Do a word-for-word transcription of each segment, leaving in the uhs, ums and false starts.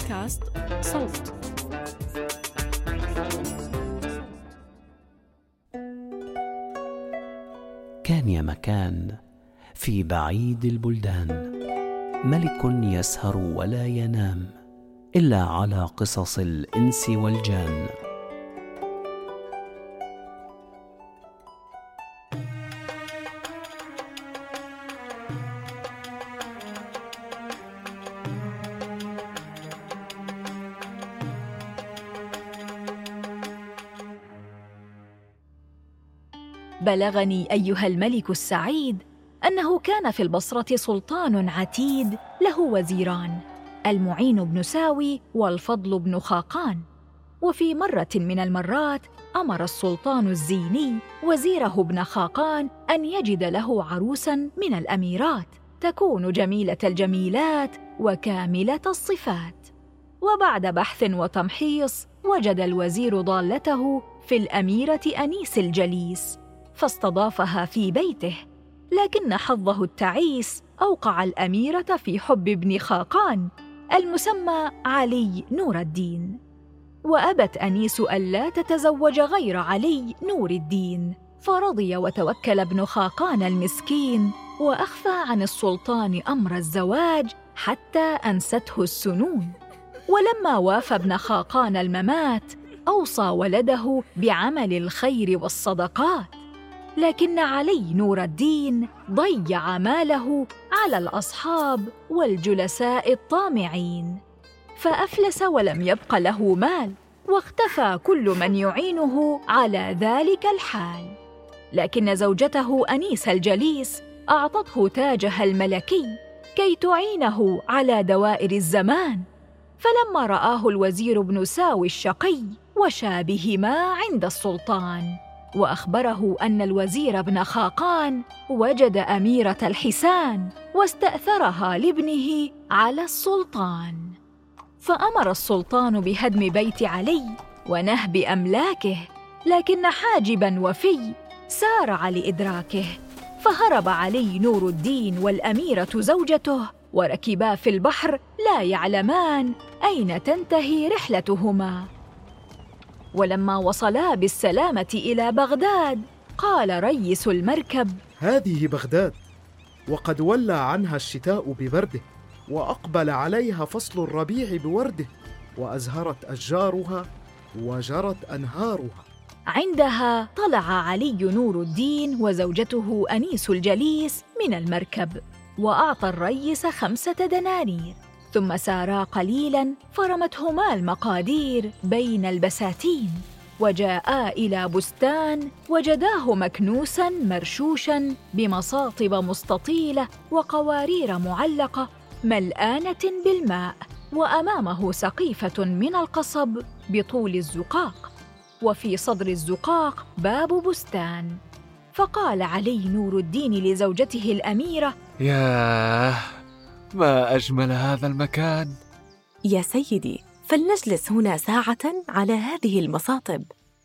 بودكاست صوت. كان يا مكان في بعيد البلدان ملك يسهر ولا ينام إلا على قصص الإنس والجان. بلغني أيها الملك السعيد أنه كان في البصرة سلطان عتيد له وزيران، المعين بن ساوي والفضل بن خاقان. وفي مرة من المرات أمر السلطان الزيني وزيره ابن خاقان أن يجد له عروساً من الأميرات تكون جميلة الجميلات وكاملة الصفات. وبعد بحث وتمحيص وجد الوزير ضالته في الأميرة أنيس الجليس، فاستضافها في بيته، لكن حظه التعيس أوقع الأميرة في حب ابن خاقان المسمى علي نور الدين، وأبت أنيس ألا تتزوج غير علي نور الدين، فرضي وتوكل ابن خاقان المسكين وأخفى عن السلطان أمر الزواج حتى أنسته السنون. ولما وافى ابن خاقان الممات أوصى ولده بعمل الخير والصدقات، لكن علي نور الدين ضيع ماله على الأصحاب والجلساء الطامعين، فأفلس ولم يبق له مال، واختفى كل من يعينه على ذلك الحال. لكن زوجته أنيس الجليس أعطته تاجها الملكي كي تعينه على دوائر الزمان. فلما رآه الوزير ابن ساوي الشقي وشى بهما عند السلطان، وأخبره أن الوزير ابن خاقان وجد أميرة الحسان واستأثرها لابنه على السلطان، فأمر السلطان بهدم بيت علي ونهب أملاكه، لكن حاجباً وفي سارع لإدراكه، فهرب علي نور الدين والأميرة زوجته وركبا في البحر لا يعلمان أين تنتهي رحلتهما. ولما وصلا بالسلامة إلى بغداد قال ريس المركب: هذه بغداد، وقد ولى عنها الشتاء ببرده، وأقبل عليها فصل الربيع بورده، وأزهرت أشجارها وجرت أنهارها. عندها طلع علي نور الدين وزوجته أنيس الجليس من المركب، وأعطى الريس خمسة دنانير، ثم سارا قليلاً فرمتهما المقادير بين البساتين، وجاءا إلى بستان وجداه مكنوساً مرشوشاً بمصاطب مستطيلة وقوارير معلقة ملآنة بالماء، وأمامه سقيفة من القصب بطول الزقاق، وفي صدر الزقاق باب بستان. فقال علي نور الدين لزوجته الأميرة: ياه، ما أجمل هذا المكان. يا سيدي، فلنجلس هنا ساعة على هذه المصاطب.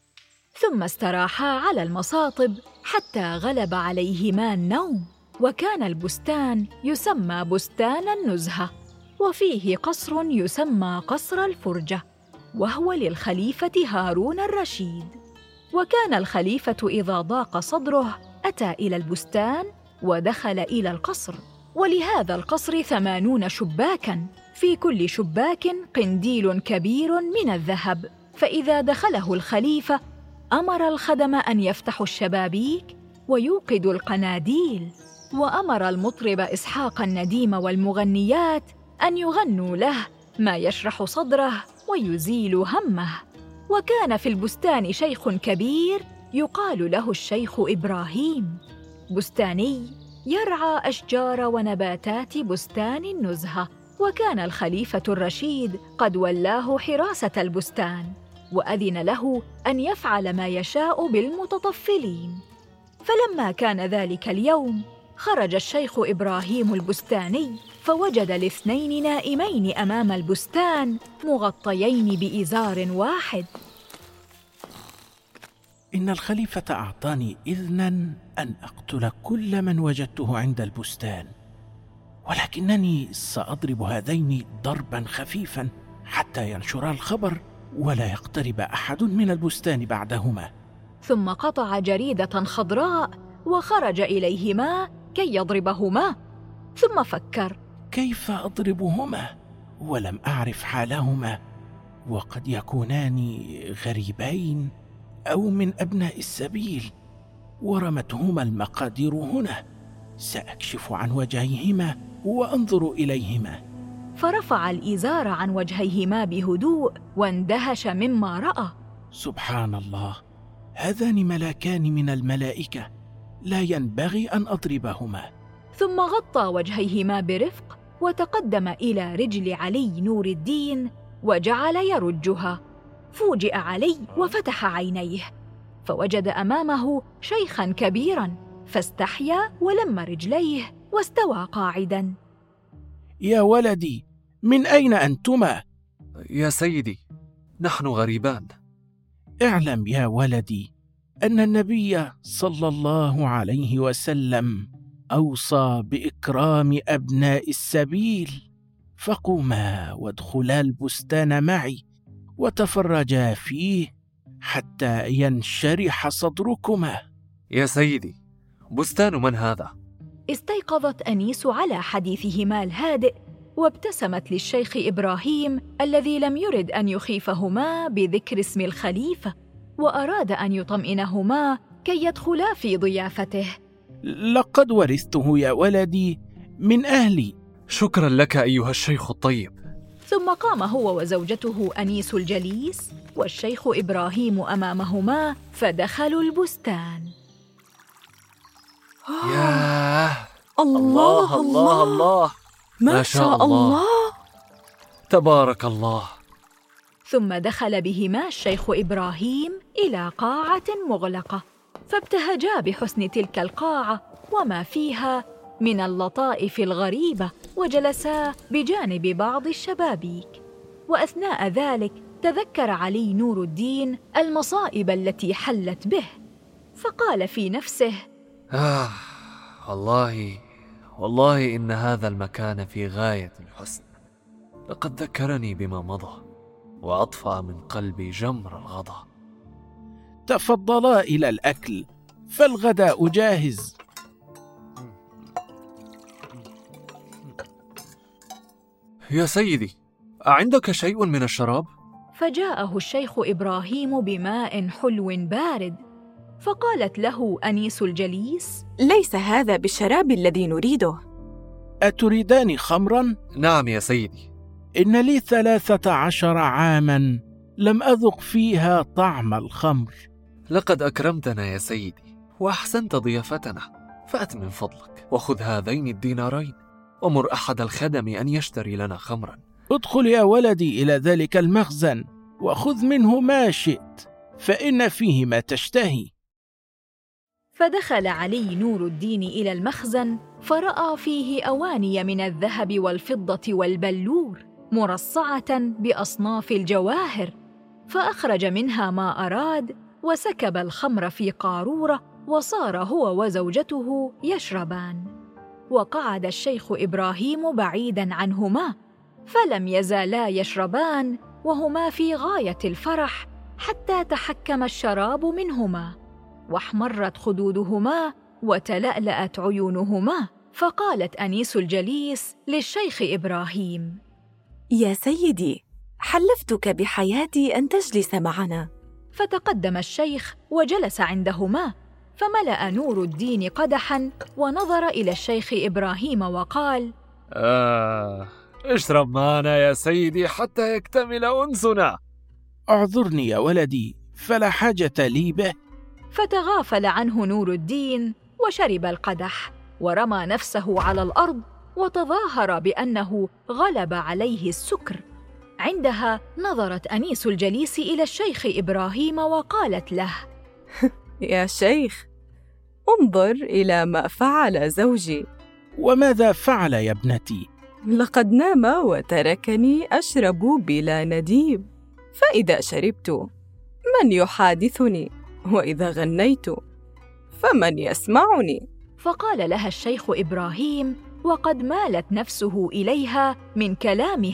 ثم استراحا على المصاطب حتى غلب عليهما النوم. وكان البستان يسمى بستان النزهة، وفيه قصر يسمى قصر الفرجة، وهو للخليفة هارون الرشيد. وكان الخليفة إذا ضاق صدره أتى إلى البستان ودخل إلى القصر، ولهذا القصر ثمانون شباكاً، في كل شباك قنديل كبير من الذهب، فإذا دخله الخليفة أمر الخدم أن يفتحوا الشبابيك ويوقدوا القناديل، وأمر المطرب إسحاق النديم والمغنيات أن يغنوا له ما يشرح صدره ويزيل همه. وكان في البستان شيخ كبير يقال له الشيخ إبراهيم، بستاني يرعى أشجار ونباتات بستان النزهة. وكان الخليفة الرشيد قد ولاه حراسة البستان، وأذن له أن يفعل ما يشاء بالمتطفلين. فلما كان ذلك اليوم خرج الشيخ إبراهيم البستاني فوجد الاثنين نائمين أمام البستان مغطيين بإزار واحد. إن الخليفة أعطاني إذناً أن أقتل كل من وجدته عند البستان، ولكنني سأضرب هذين ضرباً خفيفاً حتى ينشرا الخبر ولا يقترب أحد من البستان بعدهما. ثم قطع جريدة خضراء وخرج إليهما كي يضربهما، ثم فكر: كيف أضربهما ولم أعرف حالهما، وقد يكونان غريبين أو من أبناء السبيل، ورمتهما المقادير هنا. سأكشف عن وجهيهما وأنظر إليهما. فرفع الإزار عن وجهيهما بهدوء واندهش مما رأى. سبحان الله، هذان ملاكان من الملائكة، لا ينبغي أن أضربهما. ثم غطى وجهيهما برفق وتقدم إلى رجل علي نور الدين وجعل يرجها. فوجئ علي وفتح عينيه، فوجد أمامه شيخاً كبيراً، فاستحيا ولم رجليه واستوى قاعداً. يا ولدي، من أين أنتما؟ يا سيدي، نحن غريبان. اعلم يا ولدي أن النبي صلى الله عليه وسلم أوصى بإكرام أبناء السبيل، فقوما وادخلا البستان معي وتفرجا فيه حتى ينشرح صدركما. يا سيدي، بستان من هذا؟ استيقظت أنيس على حديثهما الهادئ، وابتسمت للشيخ إبراهيم الذي لم يرد أن يخيفهما بذكر اسم الخليفة، وأراد أن يطمئنهما كي يدخلا في ضيافته. لقد ورثته يا ولدي من أهلي. شكرا لك أيها الشيخ الطيب. ثم قام هو وزوجته أنيس الجليس والشيخ إبراهيم أمامهما، فدخلوا البستان. ياه، الله الله الله، ما شاء الله، تبارك الله. ثم دخل بهما الشيخ إبراهيم إلى قاعة مغلقة، فابتهجا بحسن تلك القاعة وما فيها من اللطائف الغريبة، وجلسا بجانب بعض الشبابيك. وأثناء ذلك تذكر علي نور الدين المصائب التي حلت به، فقال في نفسه: آه والله والله إن هذا المكان في غاية الحسن، لقد ذكرني بما مضى وأطفأ من قلبي جمر الغضا. تفضلا إلى الأكل، فالغداء جاهز. يا سيدي، أعندك شيء من الشراب؟ فجاءه الشيخ إبراهيم بماء حلو بارد، فقالت له أنيس الجليس: ليس هذا بالشراب الذي نريده. أتريدان خمراً؟ نعم يا سيدي. إن لي ثلاثة عشر عاماً لم أذق فيها طعم الخمر. لقد أكرمتنا يا سيدي وأحسنت ضيافتنا، فأت من فضلك وخذ هذين الدينارين ومر أحد الخدم أن يشتري لنا خمراً. ادخل يا ولدي إلى ذلك المخزن وخذ منه ما شئت، فإن فيه ما تشتهي. فدخل علي نور الدين إلى المخزن، فرأى فيه أواني من الذهب والفضة والبلور مرصعة بأصناف الجواهر، فأخرج منها ما أراد وسكب الخمر في قارورة، وصار هو وزوجته يشربان. وقعد الشيخ إبراهيم بعيداً عنهما، فلم يزالا يشربان وهما في غاية الفرح، حتى تحكم الشراب منهما، واحمرت خدودهما وتلألأت عيونهما. فقالت أنيس الجليس للشيخ إبراهيم: يا سيدي، حلفتك بحياتي أن تجلس معنا. فتقدم الشيخ وجلس عندهما، فملأ نور الدين قدحاً ونظر إلى الشيخ إبراهيم وقال: آه اشرب معنا يا سيدي حتى يكتمل أنسنا. اعذرني يا ولدي، فلا حاجة لي به. فتغافل عنه نور الدين وشرب القدح، ورمى نفسه على الأرض وتظاهر بأنه غلب عليه السكر. عندها نظرت أنيس الجليس إلى الشيخ إبراهيم وقالت له: يا شيخ، انظر إلى ما فعل زوجي. وماذا فعل يا ابنتي؟ لقد نام وتركني أشرب بلا نديب، فإذا شربت من يحادثني؟ وإذا غنيت فمن يسمعني؟ فقال لها الشيخ إبراهيم وقد مالت نفسه إليها من كلامها: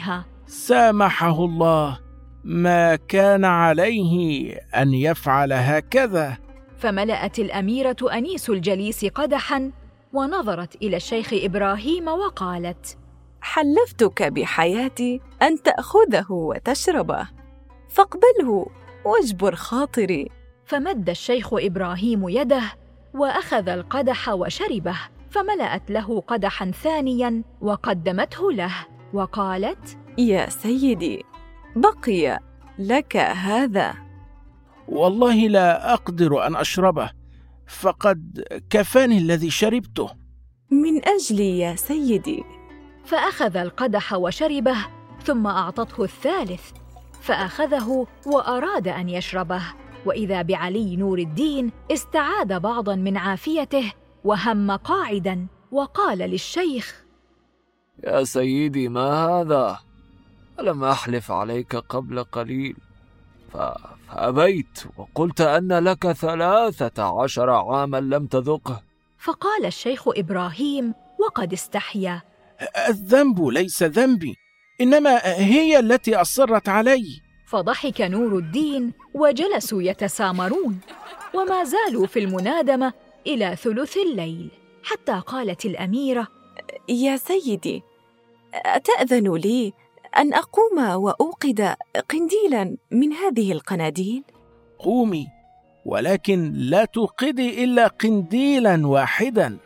سامحه الله، ما كان عليه أن يفعل هكذا. فملأت الأميرة أنيس الجليس قدحاً ونظرت إلى الشيخ إبراهيم وقالت: حلفتك بحياتي أن تأخذه وتشربه، فاقبله واجبر خاطري. فمد الشيخ إبراهيم يده وأخذ القدح وشربه، فملأت له قدحاً ثانياً وقدمته له وقالت: يا سيدي، بقي لك هذا. والله لا أقدر أن أشربه، فقد كفاني الذي شربته. من أجلي يا سيدي. فأخذ القدح وشربه، ثم أعطته الثالث، فأخذه وأراد أن يشربه، وإذا بعلي نور الدين استعاد بعضاً من عافيته وهم قاعداً، وقال للشيخ: يا سيدي، ما هذا؟ ألم أحلف عليك قبل قليل ف... فأبيت وقلت أن لك ثلاثة عشر عاماً لم تذقه. فقال الشيخ إبراهيم وقد استحيا: الذنب ليس ذنبي، إنما هي التي أصرت علي. فضحك نور الدين وجلسوا يتسامرون، وما زالوا في المنادمة إلى ثلث الليل، حتى قالت الأميرة: يا سيدي، أتأذن لي أن أقوم وأوقد قنديلاً من هذه القناديل؟ قومي، ولكن لا توقدي إلا قنديلاً واحداً.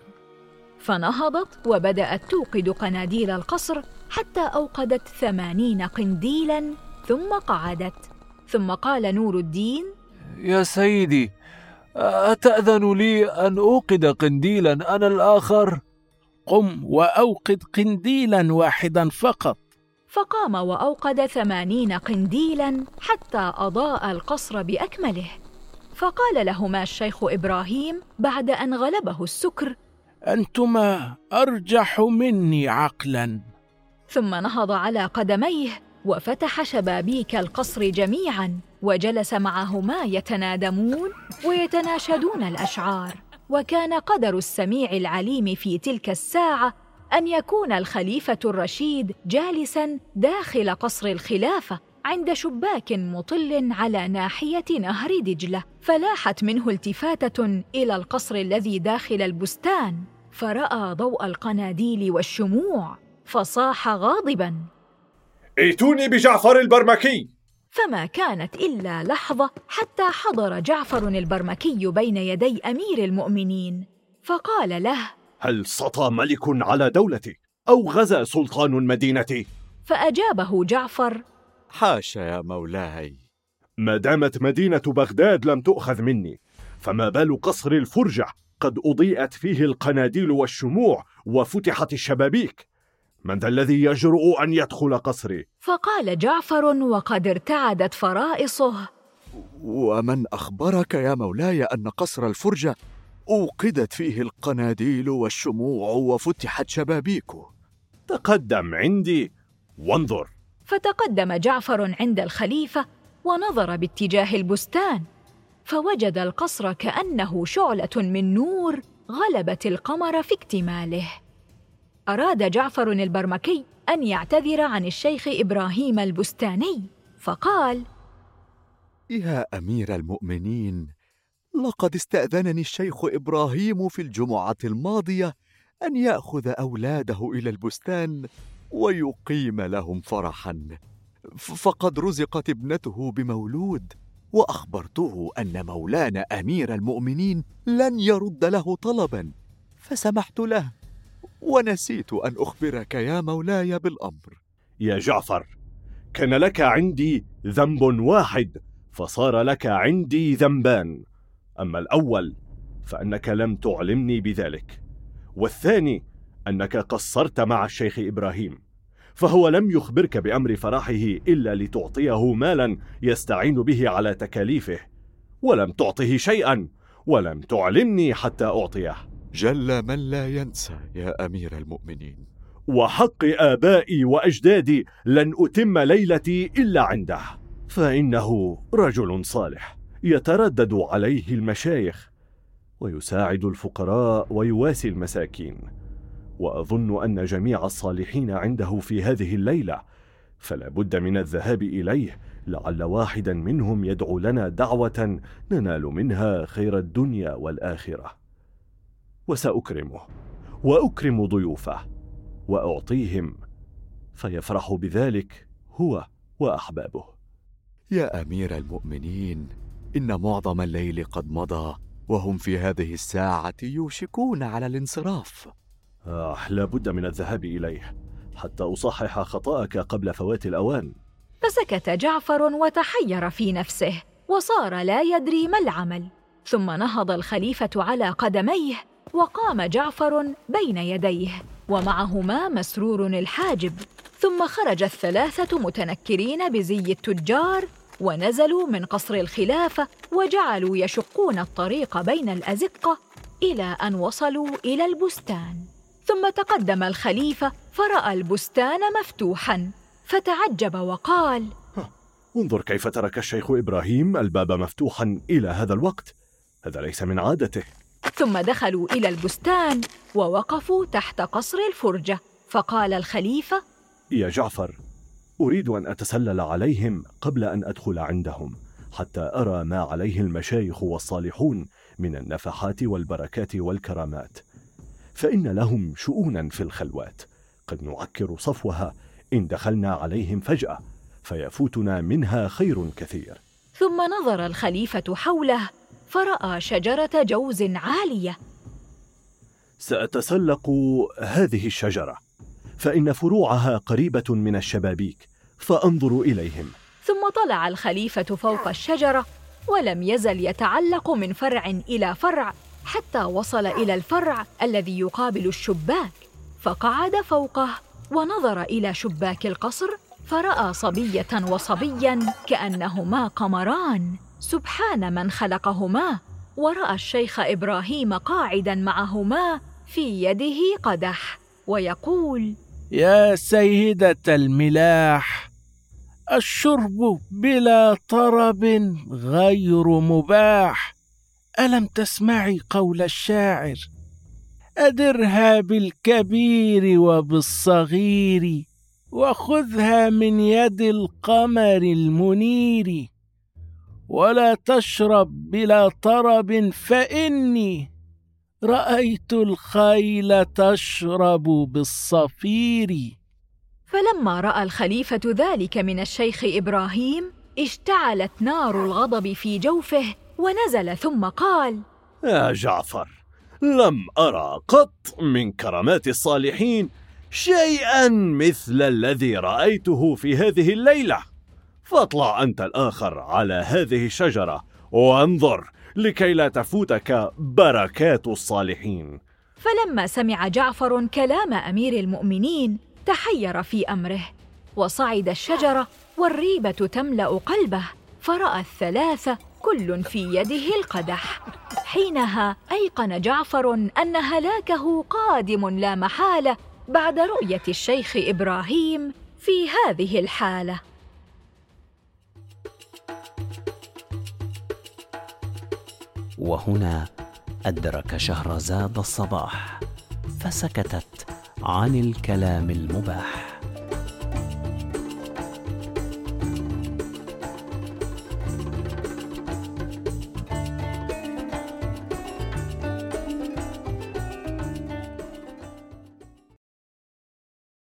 فنهضت وبدأت توقد قناديل القصر حتى أوقدت ثمانين قنديلاً، ثم قعدت. ثم قال نور الدين: يا سيدي، أتأذن لي أن أوقد قنديلاً أنا الآخر؟ قم وأوقد قنديلاً واحداً فقط. فقام وأوقد ثمانين قنديلاً حتى أضاء القصر بأكمله. فقال لهما الشيخ إبراهيم بعد أن غلبه السكر: أنتما أرجح مني عقلاً. ثم نهض على قدميه وفتح شبابيك القصر جميعاً، وجلس معهما يتنادمون ويتناشدون الأشعار. وكان قدر السميع العليم في تلك الساعة أن يكون الخليفة الرشيد جالساً داخل قصر الخلافة عند شباك مطل على ناحية نهر دجلة، فلاحت منه التفاتة إلى القصر الذي داخل البستان، فرأى ضوء القناديل والشموع، فصاح غاضباً: ائتوني بجعفر البرمكي. فما كانت إلا لحظة حتى حضر جعفر البرمكي بين يدي أمير المؤمنين، فقال له: هل سطى ملك على دولتي أو غزا سلطان مدينتي؟ فأجابه جعفر: حاشا يا مولاي، ما دامت مدينة بغداد لم تؤخذ مني، فما بال قصر الفرجة قد أضيئت فيه القناديل والشموع وفتحت الشبابيك؟ من ذا الذي يجرؤ أن يدخل قصري؟ فقال جعفر وقد ارتعدت فرائصه: ومن أخبرك يا مولاي أن قصر الفرجة أوقدت فيه القناديل والشموع وفتحت شبابيكه؟ تقدم عندي وانظر. فتقدم جعفر عند الخليفة ونظر باتجاه البستان، فوجد القصر كأنه شعلة من نور غلبت القمر في اكتماله. أراد جعفر البرمكي أن يعتذر عن الشيخ إبراهيم البستاني، فقال: يا أمير المؤمنين، لقد استأذنني الشيخ إبراهيم في الجمعة الماضية أن يأخذ أولاده إلى البستان ويقيم لهم فرحاً، فقد رزقت ابنته بمولود، وأخبرته أن مولانا أمير المؤمنين لن يرد له طلباً، فسمحت له، ونسيت أن أخبرك يا مولاي بالأمر. يا جعفر، كان لك عندي ذنب واحد، فصار لك عندي ذنبان. أما الأول فأنك لم تعلمني بذلك، والثاني أنك قصرت مع الشيخ إبراهيم، فهو لم يخبرك بأمر فرحه إلا لتعطيه مالا يستعين به على تكاليفه، ولم تعطه شيئا، ولم تعلمني حتى أعطيه. جل من لا ينسى يا أمير المؤمنين. وحق آبائي وأجدادي لن أتم ليلتي إلا عنده، فإنه رجل صالح يتردد عليه المشايخ ويساعد الفقراء ويواسي المساكين، وأظن أن جميع الصالحين عنده في هذه الليلة فلا بد من الذهاب إليه، لعل واحدا منهم يدعو لنا دعوة ننال منها خير الدنيا والآخرة. وسأكرمه وأكرم ضيوفه وأعطيهم، فيفرح بذلك هو وأحبابه. يا أمير المؤمنين، إن معظم الليل قد مضى، وهم في هذه الساعة يوشكون على الانصراف. آه لا بد من الذهاب إليه حتى أصحح خطأك قبل فوات الأوان. فسكت جعفر وتحير في نفسه، وصار لا يدري ما العمل. ثم نهض الخليفة على قدميه، وقام جعفر بين يديه ومعهما مسرور الحاجب. ثم خرج الثلاثة متنكرين بزي التجار، ونزلوا من قصر الخلافة، وجعلوا يشقون الطريق بين الأزقة إلى أن وصلوا إلى البستان. ثم تقدم الخليفة فرأى البستان مفتوحاً، فتعجب وقال: انظر كيف ترك الشيخ إبراهيم الباب مفتوحاً إلى هذا الوقت، هذا ليس من عادته. ثم دخلوا إلى البستان ووقفوا تحت قصر الفرجة، فقال الخليفة: يا جعفر، أريد أن أتسلل عليهم قبل أن أدخل عندهم، حتى أرى ما عليه المشايخ والصالحون من النفحات والبركات والكرامات، فإن لهم شؤونا في الخلوات قد نعكر صفوها إن دخلنا عليهم فجأة، فيفوتنا منها خير كثير. ثم نظر الخليفة حوله فرأى شجرة جوز عالية. سأتسلق هذه الشجرة، فإن فروعها قريبة من الشبابيك، فأنظر إليهم. ثم طلع الخليفة فوق الشجرة، ولم يزل يتعلق من فرع إلى فرع حتى وصل إلى الفرع الذي يقابل الشباك، فقعد فوقه ونظر إلى شباك القصر، فرأى صبية وصبياً كأنهما قمران، سبحان من خلقهما. ورأى الشيخ إبراهيم قاعداً معهما في يده قدح، ويقول: يا سيدة الملاح، الشرب بلا طرب غير مباح. ألم تسمعي قول الشاعر: أدرها بالكبير وبالصغير، وخذها من يد القمر المنير. ولا تشرب بلا طرب، فإني رأيت الخيل تشرب بالصفير. فلما رأى الخليفة ذلك من الشيخ إبراهيم، اشتعلت نار الغضب في جوفه، ونزل ثم قال: يا جعفر، لم أرى قط من كرامات الصالحين شيئا مثل الذي رأيته في هذه الليلة، فاطلع أنت الآخر على هذه الشجرة وانظر لكي لا تفوتك بركات الصالحين. فلما سمع جعفر كلام أمير المؤمنين تحير في أمره، وصعد الشجرة والريبة تملأ قلبه، فرأى الثلاثة كل في يده القدح. حينها أيقن جعفر أن هلاكه قادم لا محالة بعد رؤية الشيخ إبراهيم في هذه الحالة. وهنا أدرك شهرزاد الصباح، فسكتت عن الكلام المباح.